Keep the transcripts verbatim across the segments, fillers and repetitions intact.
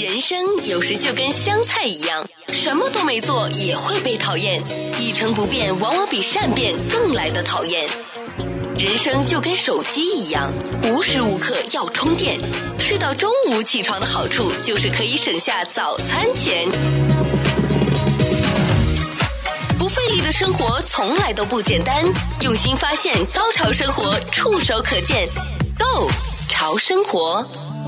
人生有时就跟香菜一样，什么都没做也会被讨厌，一成不变往往比善变更来得讨厌。人生就跟手机一样，无时无刻要充电，睡到中午起床的好处就是可以省下早餐钱。不费力的生活从来都不简单，用心发现，高潮生活触手可见 Go 潮生活。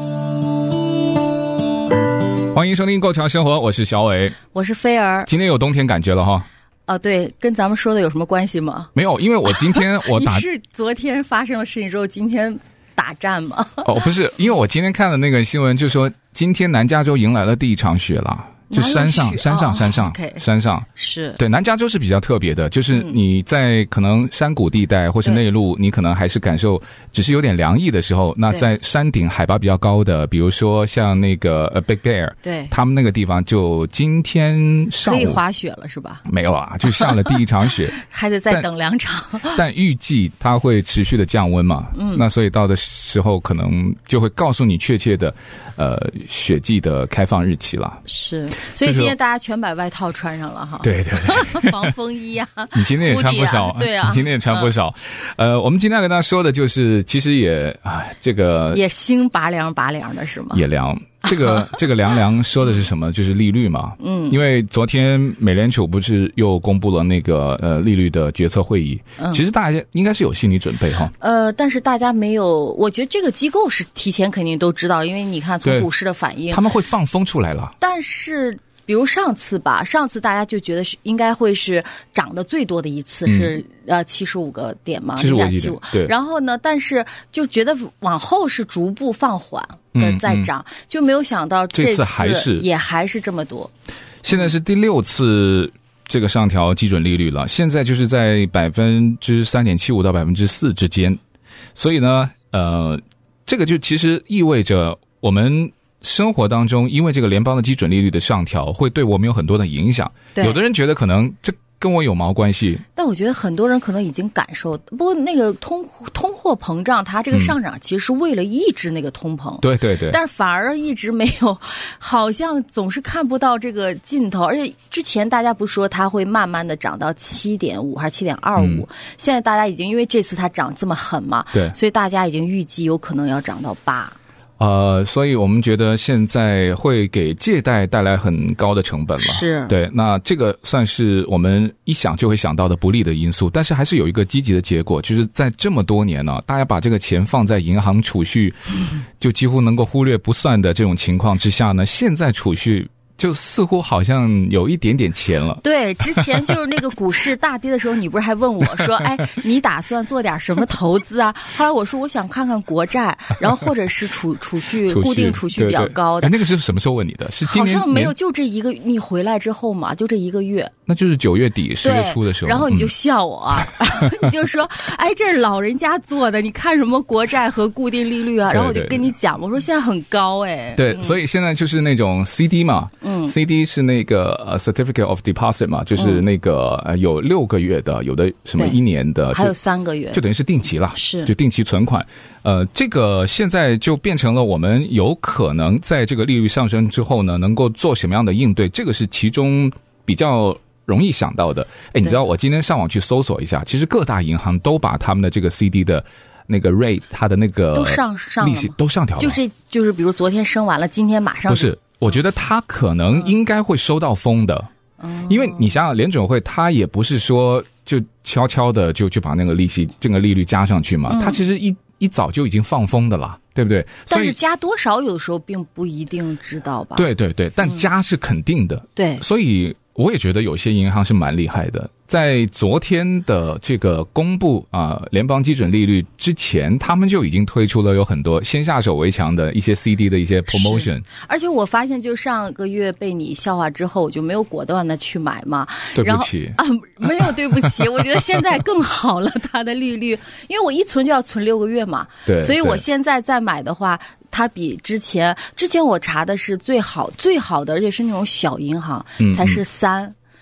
欢迎收听《购潮生活》，我是小伟， 我是菲儿。 今天有冬天感觉了哈？ 哦，对，跟咱们说的有什么关系吗？ 没有，因为我今天我打你是昨天发生的事情之后，今天打战吗？ 哦，不是，因为我今天看的那个新闻，就说今天南加州迎来了第一场雪了。就山上山上山上、 哦、 山上是对。南加州是比较特别的，就是你在可能山谷地带或是内陆，你可能还是感受只是有点凉意的时候，那在山顶海拔比较高的，比如说像那个呃 Big Bear， 对， 他们那个地方就今天上午可以滑雪了是吧？ 没有啊，就下了第一场雪还得再等两场但, 但预计它会持续的降温嘛，嗯，那所以到的时候可能就会告诉你确切的呃雪季的开放日期了。 是，所以今天大家全把外套穿上了哈。 对对对， 防风衣啊， 你今天也穿不少， 啊对啊， 你今天也穿不少。嗯、呃，我们今天要跟大家说的就是，其实也啊，这个也心拔凉拔凉的是吗？ 也凉。这个这个凉凉说的是什么？就是利率嘛。嗯，因为昨天美联储不是又公布了那个呃利率的决策会议，嗯、其实大家应该是有心理准备哈。 呃，但是大家没有，我觉得这个机构是提前肯定都知道，因为你看从股市的反应， 他们会放风出来了。 但是。比如上次吧，上次大家就觉得是应该会是涨得最多的一次是、嗯、呃七十五个点嘛， 七十五个点，对。 然后呢，但是就觉得往后是逐步放缓的在涨，嗯嗯、就没有想到这次还是也还是这么多。 现在是第六次这个上调基准利率了，现在就是在百分之三点七五到百分之四之间，所以呢，呃，这个就其实意味着我们。生活当中，因为这个联邦的基准利率的上调，会对我们有很多的影响。有的人觉得可能这跟我有毛关系， 但我觉得很多人可能已经感受。不过那个通通货膨胀，它这个上涨其实是为了抑制那个通膨。 对对对。 但是反而一直没有，好像总是看不到这个尽头。而且之前大家不是说它会慢慢的涨到七点五还是七点二五？现在大家已经因为这次它涨这么狠嘛， 对， 所以大家已经预计有可能要涨到八。 呃，所以我们觉得现在会给借贷带来很高的成本了， 是对。那这个算是我们一想就会想到的不利的因素，但是还是有一个积极的结果，就是在这么多年呢、啊，大家把这个钱放在银行储蓄，就几乎能够忽略不算的这种情况之下呢，现在储蓄。就似乎好像有一点点钱了。 对，之前就是那个股市大跌的时候，你不是还问我说，哎，你打算做点什么投资啊？后来我说我想看看国债，然后或者是储储蓄固定储蓄比较高的。 对对，那个是什么时候问你的？是今年？ 好像没有，就这一个，你回来之后嘛，就这一个月。 那就是九月底十月初的时候。 然后你就笑我啊，嗯、你就说，哎，这是老人家做的，你看什么国债和固定利率啊？然后我就跟你讲，我说现在很高哎。 对，嗯、所以现在就是那种 C D 嘛。嗯 ，C D 是那个呃 Certificate of Deposit 嘛，就是那个呃有六个月的，有的什么一年的， 还有三个月， 就等于是定期啦， 是就定期存款。呃，这个现在就变成了我们有可能在这个利率上升之后呢，能够做什么样的应对，这个是其中比较容易想到的。哎，你知道我今天上网去搜索一下，其实各大银行都把他们的这个 C D 的。那个 rate 它的那个都上上利息都上调了， 就这就是比如昨天升完了，今天马上不是，我觉得它可能应该会收到风的，嗯、因为你想想联准会它也不是说就悄悄的就就把那个利息这个利率加上去嘛，嗯、它其实一一早就已经放风的了，对不对？ 但是加多少有时候并不一定知道吧？ 对对对，但加是肯定的， 嗯、对， 所以我也觉得有些银行是蛮厉害的。在昨天的这个公布啊、呃、联邦基准利率之前，他们就已经推出了有很多先下手为强的一些 C D 的一些 promotion。 而且我发现，就上个月被你笑话之后，我就没有果断的去买嘛。 对不起啊，没有对不起，我觉得现在更好了，它的利率，因为我一存就要存六个月嘛。 对， 所以我现在再买的话。它比之前之前我查的是最好最好的，而且是那种小银行，嗯、才是三。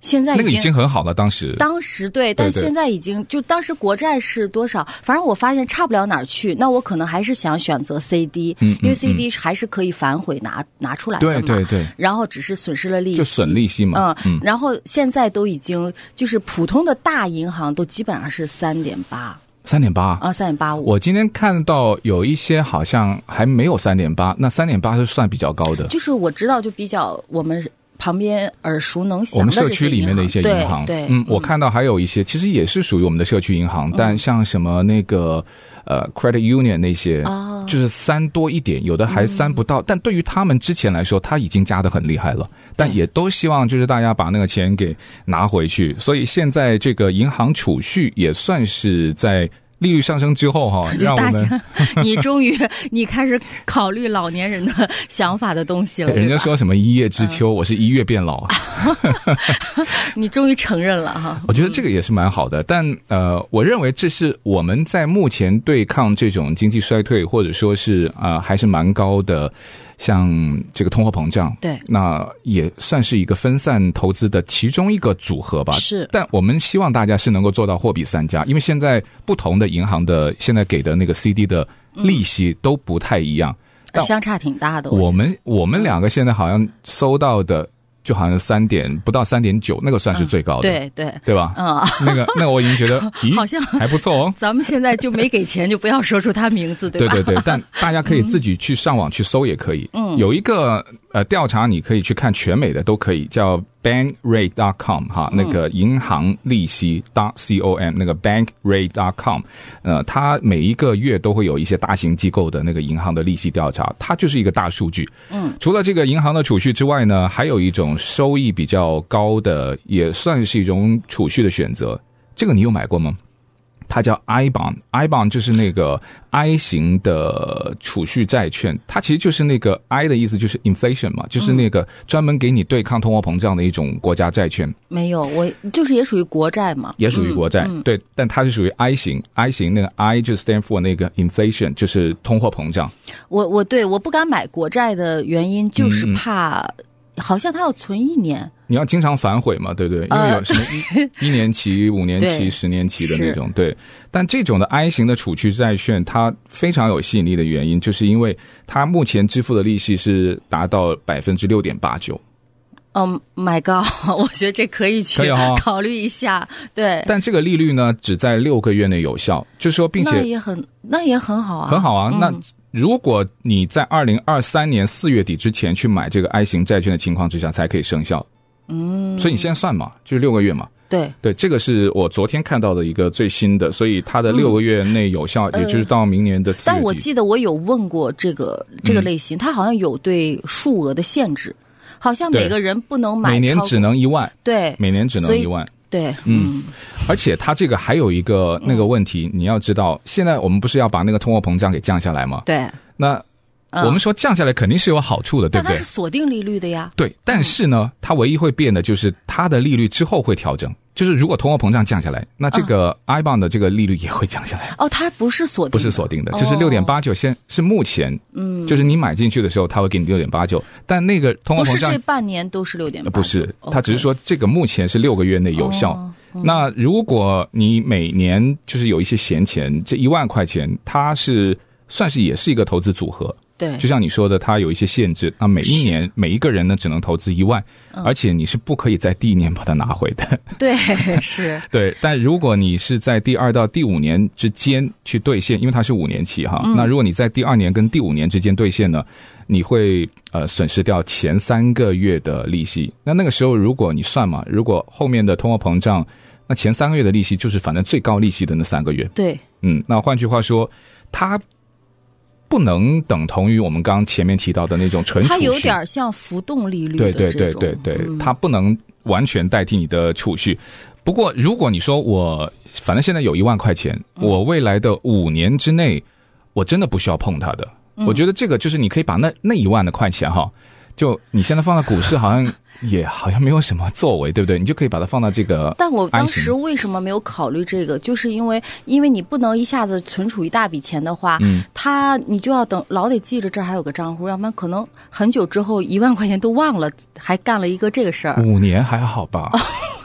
现在已经那个已经很好了，当时当时对，但现在已经就当时国债是多少？反正我发现差不了哪儿去。那我可能还是想选择 C D， 嗯嗯嗯因为 C D 还是可以反悔拿拿出来的嘛。 对对对。 然后只是损失了利息， 就损利息嘛。 嗯。嗯然后现在都已经就是普通的大银行都基本上是三点八。 三点八啊，三点八五。 我今天看到有一些好像还没有三点八，那三点八是算比较高的。 就是我知道，就比较我们旁边耳熟能详的我们社区里面的一些银行， 对，对嗯，我看到还有一些其实也是属于我们的社区银行，嗯、但像什么那个呃 credit union 那些，哦、就是三多一点，有的还三不到。嗯、但对于他们之前来说，他已经加得很厉害了，但也都希望就是大家把那个钱给拿回去。所以现在这个银行储蓄也算是在利率上升之后哈，让我们你终于你开始考虑老年人的想法的东西了。 人家说什么一叶知秋，嗯、我是一月变老。 你终于承认了哈。 我觉得这个也是蛮好的，但呃，我认为这是我们在目前对抗这种经济衰退，或者说是呃还是蛮高的。像这个通货膨胀， 对， 那也算是一个分散投资的其中一个组合吧。 是， 但我们希望大家是能够做到货比三家，因为现在不同的银行的现在给的那个 C D 的利息都不太一样， 嗯、相差挺大的。 我们我们两个现在好像收到的。就好像三点不到三点九，那个算是最高的， 嗯、对对对吧？ 嗯， 那个那个我已经觉得，咦， 好像还不错哦。 咱们现在就没给钱，就不要说出他名字，对吧？ 对对对，但大家可以自己去上网去搜也可以。嗯，有一个呃调查，你可以去看全美的都可以，叫 bankrate dot com 哈，那个银行利息 dot com 那个 bankrate dot com， 呃，它每一个月都会有一些大型机构的那个银行的利息调查，它就是一个大数据。嗯，除了这个银行的储蓄之外呢，还有一种收益比较高的，也算是一种储蓄的选择。这个你有买过吗？它叫 I bond，I bond 就是那个 I 型的储蓄债券，它其实就是那个 I 的意思就是 inflation 嘛，就是那个专门给你对抗通货膨胀的一种国家债券。 没有，我就是也属于国债嘛， 也属于国债，嗯、对，但它是属于 I 型 ，I 型那个 I 就 stand for 那个 inflation， 就是通货膨胀。 我我对我不敢买国债的原因就是怕。嗯好像他要存一年， 你要经常反悔嘛，对不对？因为有什么一、呃、一年期、五年期、十年期的那种，对。但这种的 I 型的储蓄债券，它非常有吸引力的原因，就是因为它目前支付的利息是达到百分之六点八九。 嗯 ，My God， 我觉得这可以去考虑一下。哦、对， 但这个利率呢，只在六个月内有效，就是说，并且那也很那也很好啊， 很好啊。 嗯、 那如果你在二零二三年四月底之前去买这个 I 型债券的情况之下，才可以生效。嗯，所以你现在算嘛，就是六个月嘛。 对对，这个是我昨天看到的一个最新的，所以它的六个月内有效，嗯、也就是到明年的四月底。 但我记得我有问过这个这个类型，嗯、它好像有对数额的限制，好像每个人不能买， 每年只能一万。 对， 每年只能一万。 对， 嗯，嗯而且它这个还有一个那个问题，嗯、你要知道，现在我们不是要把那个通货膨胀给降下来吗？ 对， 那。我们说降下来肯定是有好处的，对不对？ 但它是锁定利率的呀。 对，但是呢，它唯一会变的就是它的利率之后会调整。就是如果通货膨胀降下来，那这个 I bond 的这个利率也会降下来。 哦，它不是锁定的， 不是锁定的，就是六点八九，先是目前，嗯，就是你买进去的时候，它会给你六点八九，但那个通货膨胀不是这半年都是六点八， 不是，它只是说这个目前是六个月内有效。哦嗯、那如果你每年就是有一些闲钱，这一万块钱，它是算是也是一个投资组合。 对， 就像你说的，它有一些限制。那每一年每一个人呢，只能投资一万，嗯、而且你是不可以在第一年把它拿回的。 对，是。 对，但如果你是在第二到第五年之间去兑现，因为它是五年期哈，嗯、那如果你在第二年跟第五年之间兑现呢，你会呃损失掉前三个月的利息。那那个时候，如果你算嘛，如果后面的通货膨胀，那前三个月的利息就是反正最高利息的那三个月。 对， 嗯，那换句话说，它不能等同于我们刚刚前面提到的那种纯储蓄， 它有点像浮动利率的这种， 对对对对对，嗯、它不能完全代替你的储蓄。不过，如果你说我反正现在有一万块钱，嗯、我未来的五年之内，我真的不需要碰它的。嗯、我觉得这个就是你可以把那那一万的块钱哈，就你现在放在股市，好像也好像没有什么作为，对不对？你就可以把它放到这个。 但我当时为什么没有考虑这个？就是因为因为你不能一下子存储一大笔钱的话，嗯，它你就要等，老得记着这儿还有个账户，要不然可能很久之后一万块钱都忘了，还干了一个这个事儿。 五年还好吧？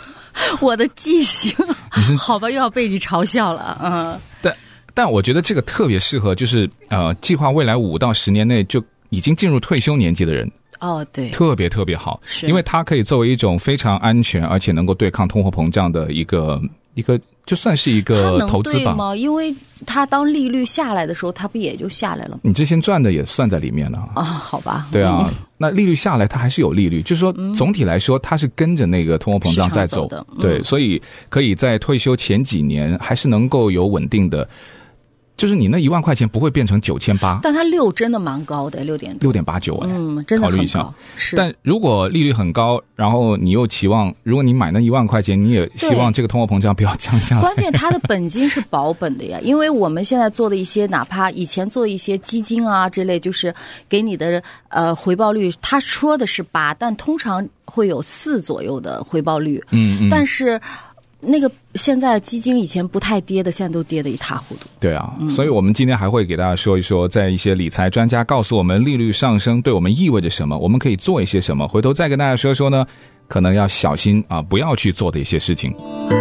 我的记性，好吧，又要被你嘲笑了。嗯， 但但我觉得这个特别适合，就是呃，计划未来五到十年内就已经进入退休年纪的人。 哦，对， 特别特别好， 是因为它可以作为一种非常安全而且能够对抗通货膨胀的一个一个，就算是一个投资吧。 它能对吗？因为它当利率下来的时候，它不也就下来了？ 你之前赚的也算在里面了啊、哦，好吧。 对啊、嗯，那利率下来，它还是有利率，就是说总体来说，它是跟着那个通货膨胀在走， 走的、嗯、 对，所以可以在退休前几年还是能够有稳定的。就是你那一万块钱不会变成九千八， 但它六真的蛮高的，六点六点八九哎， 嗯，真的很高， 考虑一下。 是， 但如果利率很高，然后你又期望，如果你买那一万块钱，你也希望这个通货膨胀不要降下来。 关键它的本金是保本的呀，因为我们现在做的一些，哪怕以前做的一些基金啊这类，就是给你的呃回报率，他说的是八，但通常会有四左右的回报率。 嗯嗯， 但是。那个现在基金以前不太跌的，现在都跌得一塌糊涂。 对啊、嗯，所以我们今天还会给大家说一说，在一些理财专家告诉我们利率上升对我们意味着什么，我们可以做一些什么，回头再跟大家说说呢，可能要小心啊，不要去做的一些事情。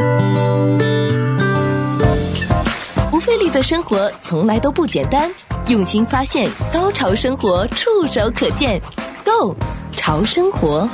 不费力的生活从来都不简单，用心发现，高潮生活触手可见 Go 潮生活。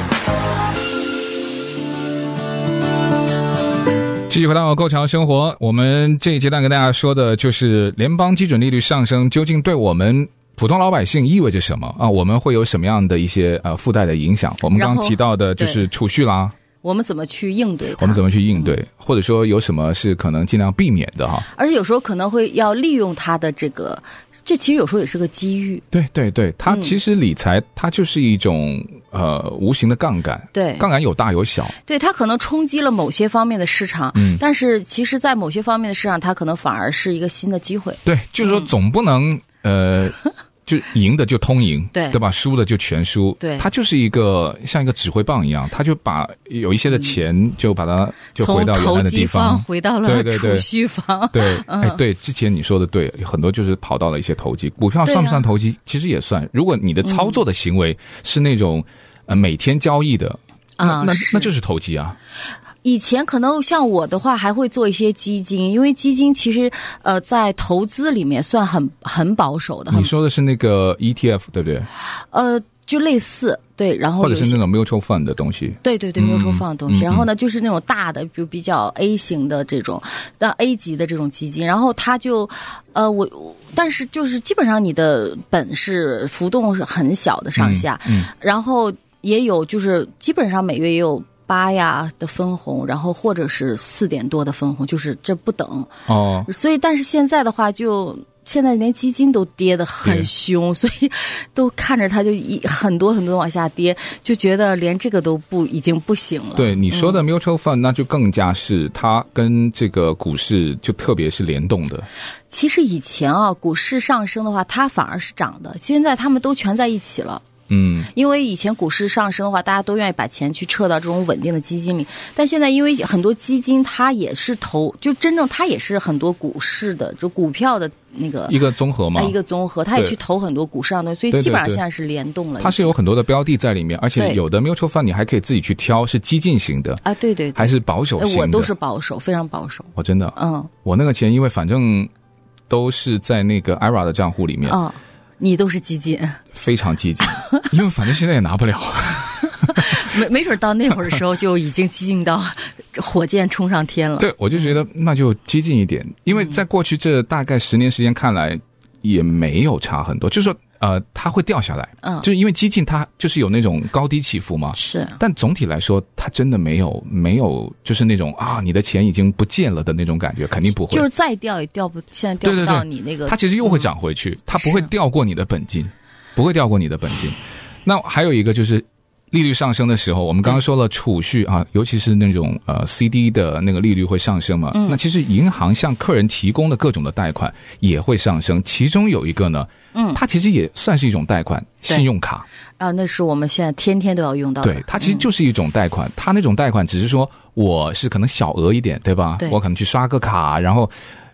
继续回到购潮生活，我们这一阶段跟大家说的就是联邦基准利率上升究竟对我们普通老百姓意味着什么啊？我们会有什么样的一些呃附带的影响？我们刚刚提到的就是储蓄啦， 我们怎么去应对它？ 我们怎么去应对、嗯，或者说有什么是可能尽量避免的哈？ 而且有时候可能会要利用它的这个。这其实有时候也是个机遇。 对对对，它其实理财、嗯、它就是一种呃无形的杠杆。 对， 杠杆有大有小。对， 它可能冲击了某些方面的市场，嗯，但是其实在某些方面的市场，它可能反而是一个新的机会。 对，就是说总不能、嗯、呃。就赢的就通赢， 对对吧？输的就全输， 对， 它就是一个像一个指挥棒一样，他就把有一些的钱就把它就回到原来的地方， 从投机方回到了储蓄方。 对，对对嗯、哎，对，之前你说的对，很多就是跑到了一些投机，股票算不算投机？啊、其实也算。如果你的操作的行为是那种、嗯、呃每天交易的， 啊， 那那就是投机啊。 以前可能像我的话还会做一些基金，因为基金其实呃在投资里面算很很保守的。 你说的是那个 E T F 对不对？ 呃，就类似对，然后或者是那种 mutual fund 的东西。 对对对、嗯、mutual fund 的东西、嗯。然后呢，就是那种大的，比如比较 A 型的这种，那 A 级的这种基金，然后它就呃我，但是就是基本上你的本是浮动是很小的上下， 嗯，嗯然后也有就是基本上每月也有。八呀的分红，然后或者是四点多的分红，就是这不等哦。 所以，但是现在的话就，就现在连基金都跌得很凶，所以都看着它就一很多很多往下跌，就觉得连这个都不已经不行了。 对你说的 mutual fund，、嗯、那就更加是它跟这个股市就特别是联动的。 其实以前啊，股市上升的话，它反而是涨的，现在他们都全在一起了。 嗯， 因为以前股市上升的话，大家都愿意把钱去撤到这种稳定的基金里，但现在因为很多基金它也是投，就真正它也是很多股市的，就股票的那个一个综合嘛， 一个综合，它也去投很多股市上的东西，所以基本上现在是联动了。 对对对，它是有很多的标的在里面，而且有的 mutual fund 你还可以自己去挑是激进型的啊，对 对, 对， 还是保守型的。 我都是保守，非常保守。 我、哦、真的， 嗯， 我那个钱因为反正都是在那个 I R A 的账户里面。 嗯，你都是基金， 非常激进，因为反正现在也拿不了。 没没准到那会儿的时候就已经激进到火箭冲上天了。 对，我就觉得那就激进一点，因为在过去这大概十年时间看来也没有差很多，就是说呃，它会掉下来，嗯，就是因为激进它就是有那种高低起伏嘛， 是。 但总体来说，它真的没有没有就是那种啊，你的钱已经不见了的那种感觉，肯定不会。 就是再掉也掉不，现在掉不到你那个。 对对对，它其实又会涨回去，嗯、它不会掉过你的本金，不会掉过你的本金。那还有一个就是利率上升的时候，我们刚刚说了储蓄啊，尤其是那种呃 C D 的那个利率会上升嘛，嗯、那其实银行向客人提供的各种的贷款也会上升，其中有一个呢。嗯，它其实也算是一种贷款，信用卡啊，那是我们现在天天都要用到的。 对，它其实就是一种贷款，嗯、它那种贷款只是说我是可能小额一点，对吧？ 对， 我可能去刷个卡，然后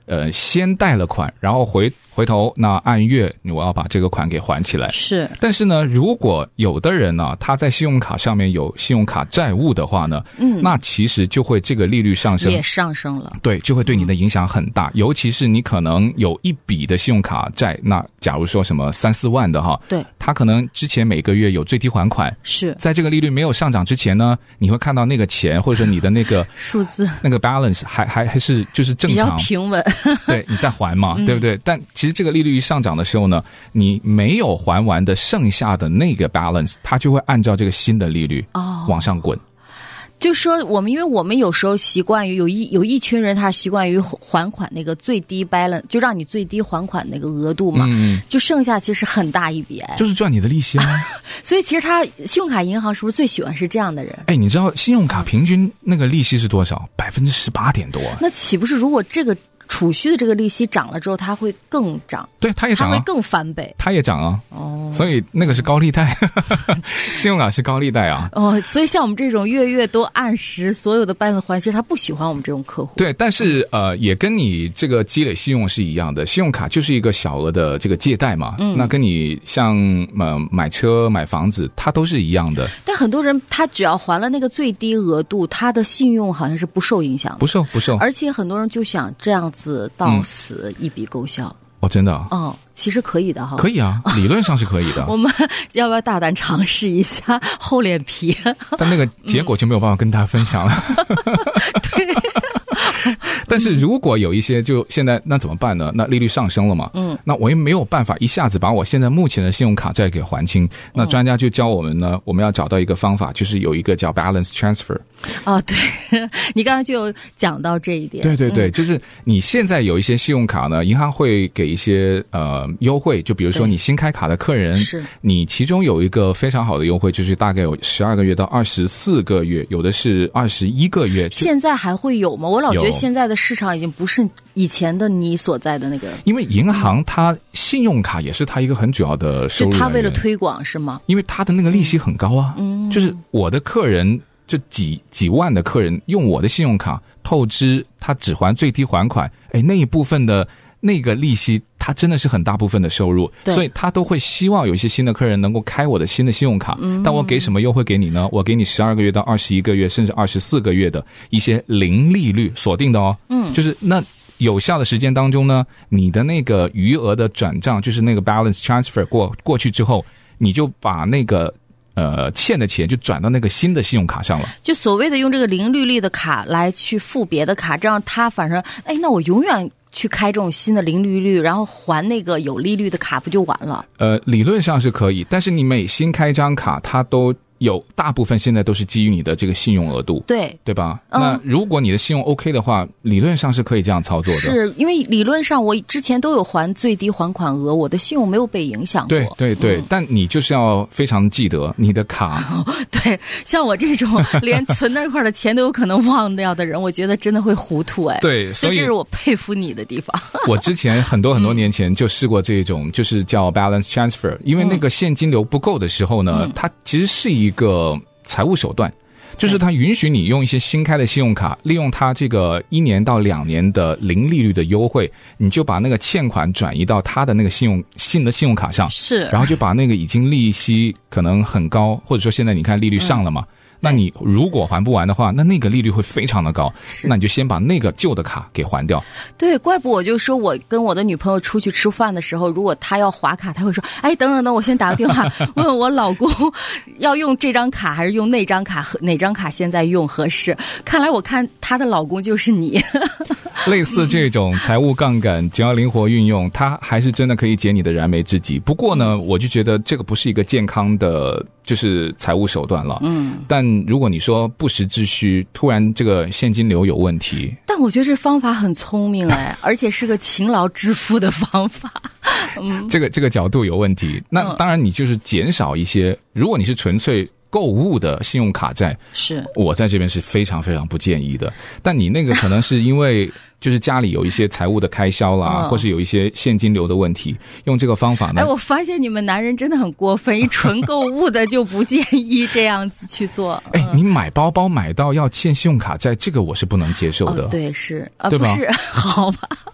呃先贷了款，然后回回头那按月我要把这个款给还起来。 是， 但是呢，如果有的人呢、啊，他在信用卡上面有信用卡债务的话呢，嗯，那其实就会这个利率上升也上升了， 对，就会对你的影响很大。嗯、尤其是你可能有一笔的信用卡债，那假如说什么三四万的哈， 对， 他可能之前每个月有最低还款， 是在这个利率没有上涨之前呢，你会看到那个钱或者说你的那个数字那个 balance 还还还是就是正常， 比较平稳， 对，你在还嘛， 嗯、 对不对？但其实这个利率一上涨的时候呢，你没有还完的剩下的那个 balance， 它就会按照这个新的利率往上滚。 哦，就说我们，因为我们有时候习惯于有一有一群人，他习惯于还款那个最低 balance， 就让你最低还款那个额度嘛，嗯、就剩下其实很大一笔，哎， 就是赚你的利息啊。 所以其实他信用卡银行是不是最喜欢是这样的人？ 哎，你知道信用卡平均那个利息是多少？百分之十八点多。 那岂不是如果这个储蓄的这个利息涨了之后，它会更涨？ 对，它也涨啊， 它会更翻倍， 它也涨啊。哦，所以那个是高利贷，信用卡是高利贷啊。 哦，所以像我们这种月月都按时所有的balance还，其实他不喜欢我们这种客户。 对，但是呃，也跟你这个积累信用是一样的，信用卡就是一个小额的这个借贷嘛。嗯，那跟你像呃买车买房子，它都是一样的。 但很多人他只要还了那个最低额度，他的信用好像是不受影响的， 不受不受。 而且很多人就想这样子到死、嗯、一笔勾销。 哦，真的？ 哦，其实可以的哈。 可以啊，理论上是可以的。 我们要不要大胆尝试一下，厚脸皮？ 但那个结果就没有办法跟大家分享了。 对。 但是如果有一些就现在那怎么办呢？那利率上升了嘛，嗯，那我也没有办法一下子把我现在目前的信用卡债给还清。那专家就教我们呢，我们要找到一个方法，就是有一个叫 balance transfer。 哦，对，你刚才就有讲到这一点。 对对对，嗯、就是你现在有一些信用卡呢，银行会给一些呃优惠，就比如说你新开卡的客人，是你其中有一个非常好的优惠，就是大概有十二个月到二十四个月，有的是二十一个月。 现在还会有吗？我老觉得现在的市场已经不是以前的你所在的那个， 因为银行它信用卡也是它一个很主要的收入来源， 就它为了推广是吗？ 因为它的那个利息很高啊，嗯，就是我的客人就几几万的客人用我的信用卡透支，他只还最低还款，哎，那一部分的那个利息，它真的是很大部分的收入，所以他都会希望有一些新的客人能够开我的新的信用卡。嗯，但我给什么优惠给你呢？我给你十二个月到二十一个月，甚至二十四个月的一些零利率锁定的哦。嗯，就是那有效的时间当中呢，你的那个余额的转账，就是那个 balance transfer 过过去之后，你就把那个呃欠的钱就转到那个新的信用卡上了。 就所谓的用这个零利率的卡来去付别的卡，这样他反正哎，那我永远去开这种新的零利率，然后还那个有利率的卡，不就完了？ 呃，理论上是可以，但是你每新开一张卡，它都有大部分现在都是基于你的这个信用额度， 对对吧？嗯、那如果你的信用 OK 的话，理论上是可以这样操作的。 是因为理论上我之前都有还最低还款额，我的信用没有被影响过。 对对对、嗯，但你就是要非常记得你的卡。 哦、对，像我这种连存那块的钱都有可能忘掉的人，我觉得真的会糊涂哎。 对， 所以这是我佩服你的地方。 我之前很多很多年前就试过这种，就是叫 balance transfer， 因为那个现金流不够的时候呢，嗯、它其实是一个财务手段，就是它允许你用一些新开的信用卡，利用它这个一年到两年的零利率的优惠，你就把那个欠款转移到它的那个信用新的信用卡上， 是， 然后就把那个已经利息可能很高，或者说现在你看利率上了嘛。嗯，那你如果还不完的话，那那个利率会非常的高，那你就先把那个旧的卡给还掉。 对，怪不我就说我跟我的女朋友出去吃饭的时候，如果她要划卡，她会说，哎，等等等，我先打个电话问问我老公要用这张卡还是用那张卡，哪张卡现在用合适。看来我看她的老公就是你。 类似这种财务杠杆，只要灵活运用，它还是真的可以解你的燃眉之急。不过呢，我就觉得这个不是一个健康的就是财务手段了。嗯，但如果你说不时之需，突然这个现金流有问题， 但我觉得这方法很聪明哎，而且是个勤劳致富的方法。嗯， 这个这个角度有问题。那当然，你就是减少一些。如果你是纯粹购物的信用卡债，是我在这边是非常非常不建议的。但你那个可能是因为就是家里有一些财务的开销啦，嗯、或是有一些现金流的问题，用这个方法呢？ 哎，我发现你们男人真的很过分，一纯购物的就不建议这样子去做。 哎、嗯，你买包包买到要欠信用卡债，这个我是不能接受的。 哦、对，是啊， 对吧？ 不是，好吧。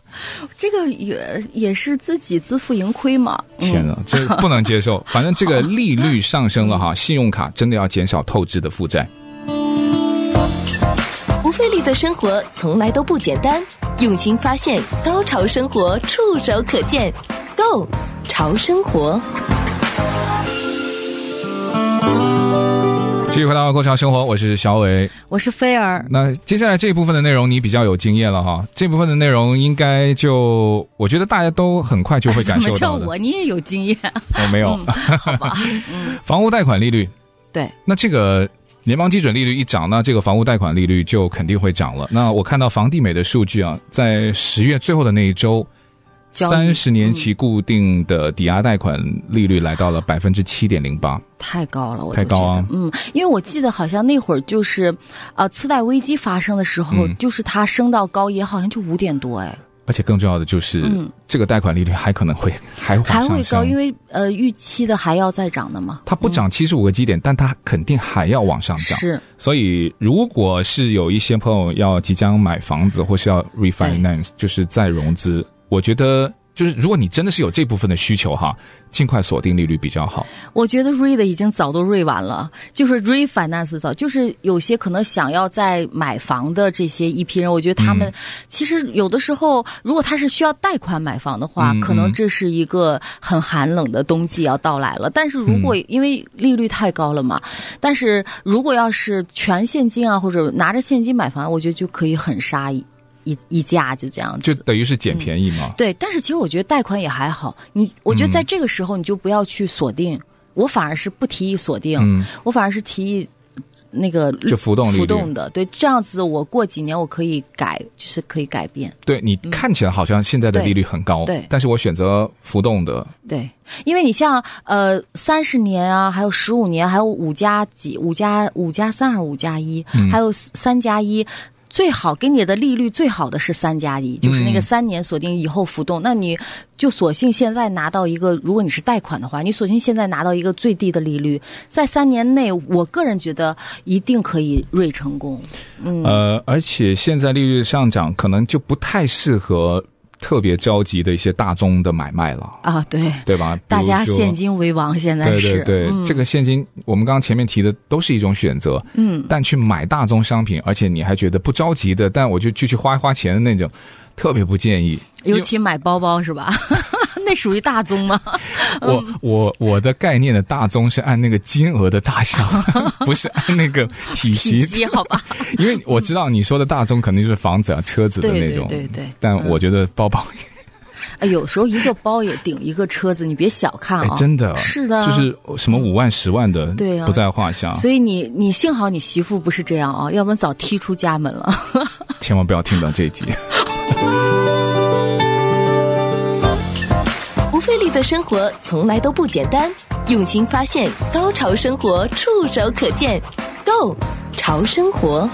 这个也也是自己自负盈亏嘛。 天哪，这不能接受。反正这个利率上升了哈，信用卡真的要减少透支的负债。 不费力的生活从来都不简单，用心发现，高潮生活触手可见 Go 潮生活。 继续回到购潮生活，我是小伟， 我是菲儿。 那接下来这一部分的内容你比较有经验了哈，这部分的内容应该就我觉得大家都很快就会感受到的。 怎么叫我？你也有经验？ 我没有。 嗯、好吧。嗯， 房屋贷款利率， 对， 那这个联邦基准利率一涨，那这个房屋贷款利率就肯定会涨了。那我看到房地美的数据啊，在十月最后的那一周，三十年期固定的抵押贷款利率来到了百分之七点零八， 太高了，我太高啊！ 嗯，因为我记得好像那会儿就是，呃，次贷危机发生的时候，嗯、就是它升到高也好像就五点多哎。 而且更重要的就是，嗯，这个贷款利率还可能会还往上升， 还会高，因为呃预期的还要再涨的嘛。 它不涨七十五个基点，嗯，但它肯定还要往上涨。 是， 所以如果是有一些朋友要即将买房子，或是要 refinance， 就是再融资，我觉得。就是如果你真的是有这部分的需求哈，尽快锁定利率比较好。 我觉得 re 的已经早都 re 完了，就是 refinance 早，就是有些可能想要再买房的这些一批人，我觉得他们、嗯、其实有的时候，如果他是需要贷款买房的话、嗯，可能这是一个很寒冷的冬季要到来了。但是如果因为利率太高了嘛，嗯、但是如果要是全现金啊，或者拿着现金买房，我觉得就可以很杀一。一一价就这样子， 就等于是捡便宜嘛、嗯。对， 但是其实我觉得贷款也还好。你，我觉得在这个时候你就不要去锁定，嗯、我反而是不提议锁定，嗯、我反而是提议那个就浮动利率浮动的。对，这样子我过几年我可以改，就是可以改变。 对，你看起来好像现在的利率很高，对，但是我选择浮动的。 对，因为你像呃三十年啊，还有十五年，还有五加几、五加五加三还是五加一，还有三加一。最好给你的利率最好的是三加一，就是那个三年锁定以后浮动、嗯，那你就索性现在拿到一个，如果你是贷款的话，你索性现在拿到一个最低的利率，在三年内，我个人觉得一定可以瑞成功。嗯， 呃，而且现在利率上涨，可能就不太适合。特别着急的一些大宗的买卖了啊，对对吧？ 大家现金为王，现在是对对对、嗯，这个现金我们刚刚前面提的都是一种选择，嗯，但去买大宗商品，而且你还觉得不着急的，但我就继续花花钱的那种，特别不建议。 尤其买包包是吧？那属于大宗吗？ 我我我的概念的大宗是按那个金额的大小，不是按那个体积。 体积好吧？ 因为我知道你说的大宗肯定就是房子啊、车子的那种， 对对对对。 但我觉得包包。 哎，有时候一个包也顶一个车子，你别小看啊、哦！ 真的是的， 就是什么五万、十万的，对啊，不在话下。 所以你你幸好你媳妇不是这样啊，要不然早踢出家门了。 千万不要听到这一集。 不费力的生活从来都不简单，用心发现，高潮生活触手可见 Go 潮生活。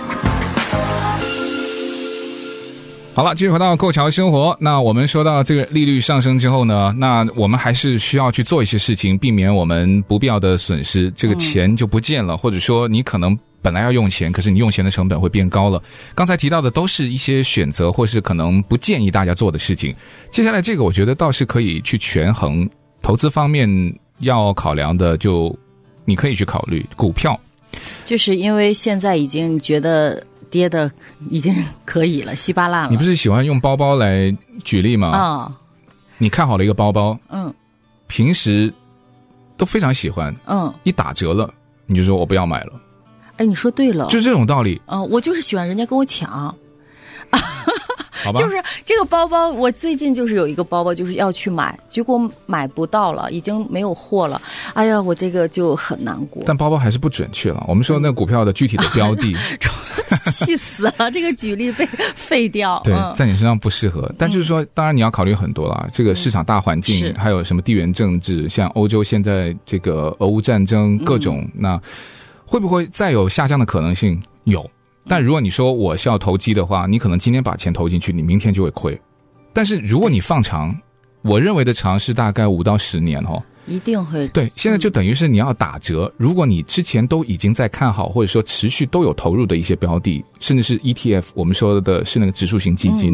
好了，继续回到购潮生活。那我们说到这个利率上升之后呢，那我们还是需要去做一些事情，避免我们不必要的损失，这个钱就不见了、嗯、或者说你可能本来要用钱，可是你用钱的成本会变高了。刚才提到的都是一些选择，或是可能不建议大家做的事情。接下来这个我觉得倒是可以去权衡，投资方面要考量的就你可以去考虑股票。 就是因为现在已经觉得跌的已经可以了，稀巴烂了。 你不是喜欢用包包来举例吗？啊、哦，你看好了一个包包，嗯，平时都非常喜欢，嗯，一打折了，你就说我不要买了。 哎，你说对了， 就这种道理。 嗯，我就是喜欢人家跟我抢。好吧，就是这个包包，我最近就是有一个包包，就是要去买，结果买不到了，已经没有货了。哎呀，我这个就很难过。 但包包还是不准确了。我们说那股票的具体的标的， 气死了！这个举例被废掉。 对，在你身上不适合。但就是说，当然你要考虑很多啦，这个市场大环境，还有什么地缘政治，像欧洲现在这个俄乌战争，各种、嗯、那会不会再有下降的可能性？有。但如果你说我是要投机的话，你可能今天把钱投进去，你明天就会亏。但是如果你放长，我认为的长是大概五到十年哦， 一定会。 对，现在就等于是你要打折。如果你之前都已经在看好，或者说持续都有投入的一些标的，甚至是 E T F， 我们说的是那个指数型基金，嗯、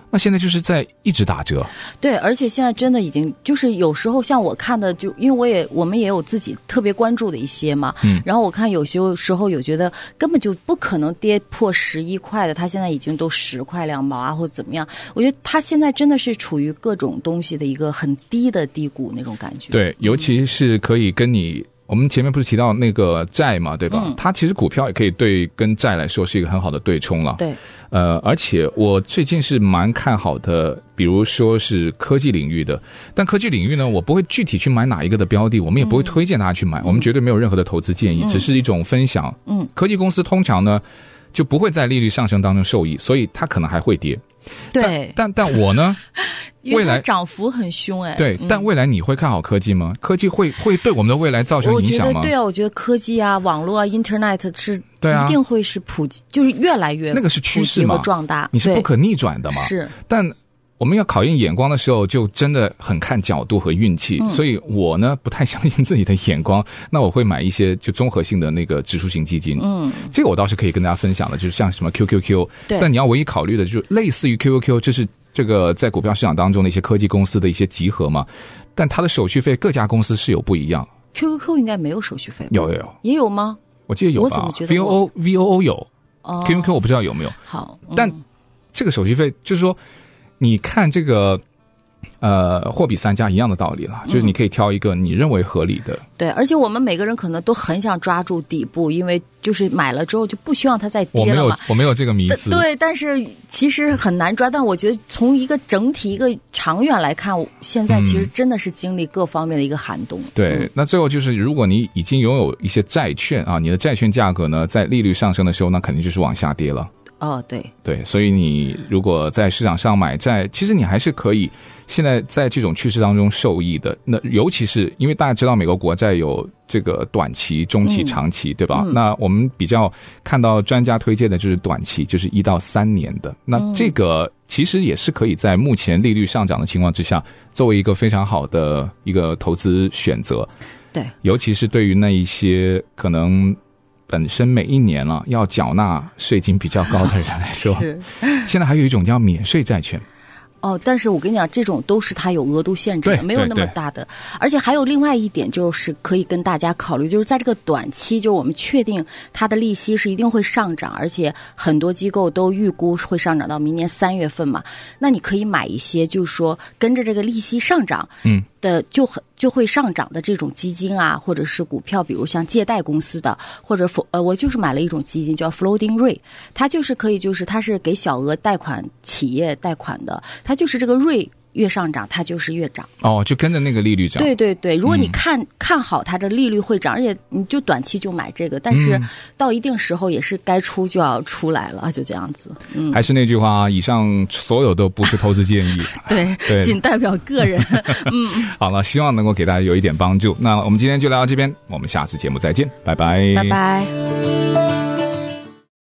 那现在就是在一直打折。 对，而且现在真的已经就是有时候像我看的，就因为我也我们也有自己特别关注的一些嘛，嗯，然后我看有些时候有觉得根本就不可能跌破十一块的，它现在已经都十块两毛啊，或者怎么样。我觉得它现在真的是处于各种东西的一个很低的低谷那种感觉。 对，尤其是可以跟你。我们前面不是提到那个债嘛，对吧？嗯、它其实股票也可以对跟债来说是一个很好的对冲了。 对， 呃，而且我最近是蛮看好的，比如说是科技领域的。但科技领域呢，我不会具体去买哪一个的标的，我们也不会推荐大家去买，嗯、我们绝对没有任何的投资建议，嗯、只是一种分享。嗯，科技公司通常呢就不会在利率上升当中受益，所以它可能还会跌。 对， 但但但我呢？ 未来涨幅很凶哎， 对，嗯、但未来你会看好科技吗？科技会会对我们的未来造成影响吗？ 我觉得对啊，我觉得科技啊、网络啊、Internet 是对啊，一定会是普及，就是越来越那个是趋势嘛， 壮大， 你是不可逆转的嘛。 是， 但我们要考验眼光的时候，就真的很看角度和运气。嗯、所以我呢不太相信自己的眼光，那我会买一些就综合性的那个指数型基金。嗯，这个我倒是可以跟大家分享的，就是像什么 Q Q Q， 但你要唯一考虑的就是类似于 Q Q Q， 就是。这个在股票市场当中的一些科技公司的一些集合嘛，但它的手续费各家公司是有不一样。 Q Q Q 应该没有手续费吧？ 有有有，也有吗？ 我记得有吧。 我怎么觉得 V O O V O O 有、 哦、 ，Q Q Q 我不知道有没有。 好，嗯、 但这个手续费就是说，你看这个。呃，货比三家一样的道理了，就是你可以挑一个你认为合理的。 嗯、对，而且我们每个人可能都很想抓住底部，因为就是买了之后就不希望它再跌了嘛。 我没有，我没有这个迷思。 对，但是其实很难抓。但我觉得从一个整体、一个长远来看，现在其实真的是经历各方面的一个寒冬。 嗯、对，嗯、那最后就是，如果你已经拥有一些债券啊，你的债券价格呢，在利率上升的时候，那肯定就是往下跌了。 哦，对对，所以你如果在市场上买债，其实你还是可以现在在这种趋势当中受益的。那尤其是因为大家知道美国国债有这个短期、中期、长期，嗯、对吧？嗯、那我们比较看到专家推荐的就是短期，就是一到三年的。那这个其实也是可以在目前利率上涨的情况之下，作为一个非常好的一个投资选择。 对， 尤其是对于那一些可能。本身每一年了、啊、要缴纳税金比较高的人来说， 是现在还有一种叫免税债券。 哦，但是我跟你讲，这种都是它有额度限制的，没有那么大的。而且还有另外一点，就是可以跟大家考虑，就是在这个短期，就是我们确定它的利息是一定会上涨，而且很多机构都预估会上涨到明年三月份嘛。那你可以买一些，就是说跟着这个利息上涨，嗯。的就很就会上涨的这种基金啊，或者是股票，比如像借贷公司的，或者呃，我就是买了一种基金叫 Floating Rate， 它就是可以，就是它是给小额贷款企业贷款的，它就是这个 rate。越上涨它就是越涨哦，就跟着那个利率涨。 对对对，如果你看、嗯、看好它的利率会涨，而且你就短期就买这个，但是到一定时候也是该出就要出来了，就这样子。嗯， 还是那句话，以上所有都不是投资建议， 对对，仅代表个人。嗯， 好了，希望能够给大家有一点帮助。那我们今天就聊到这边，我们下次节目再见，拜拜， 拜拜。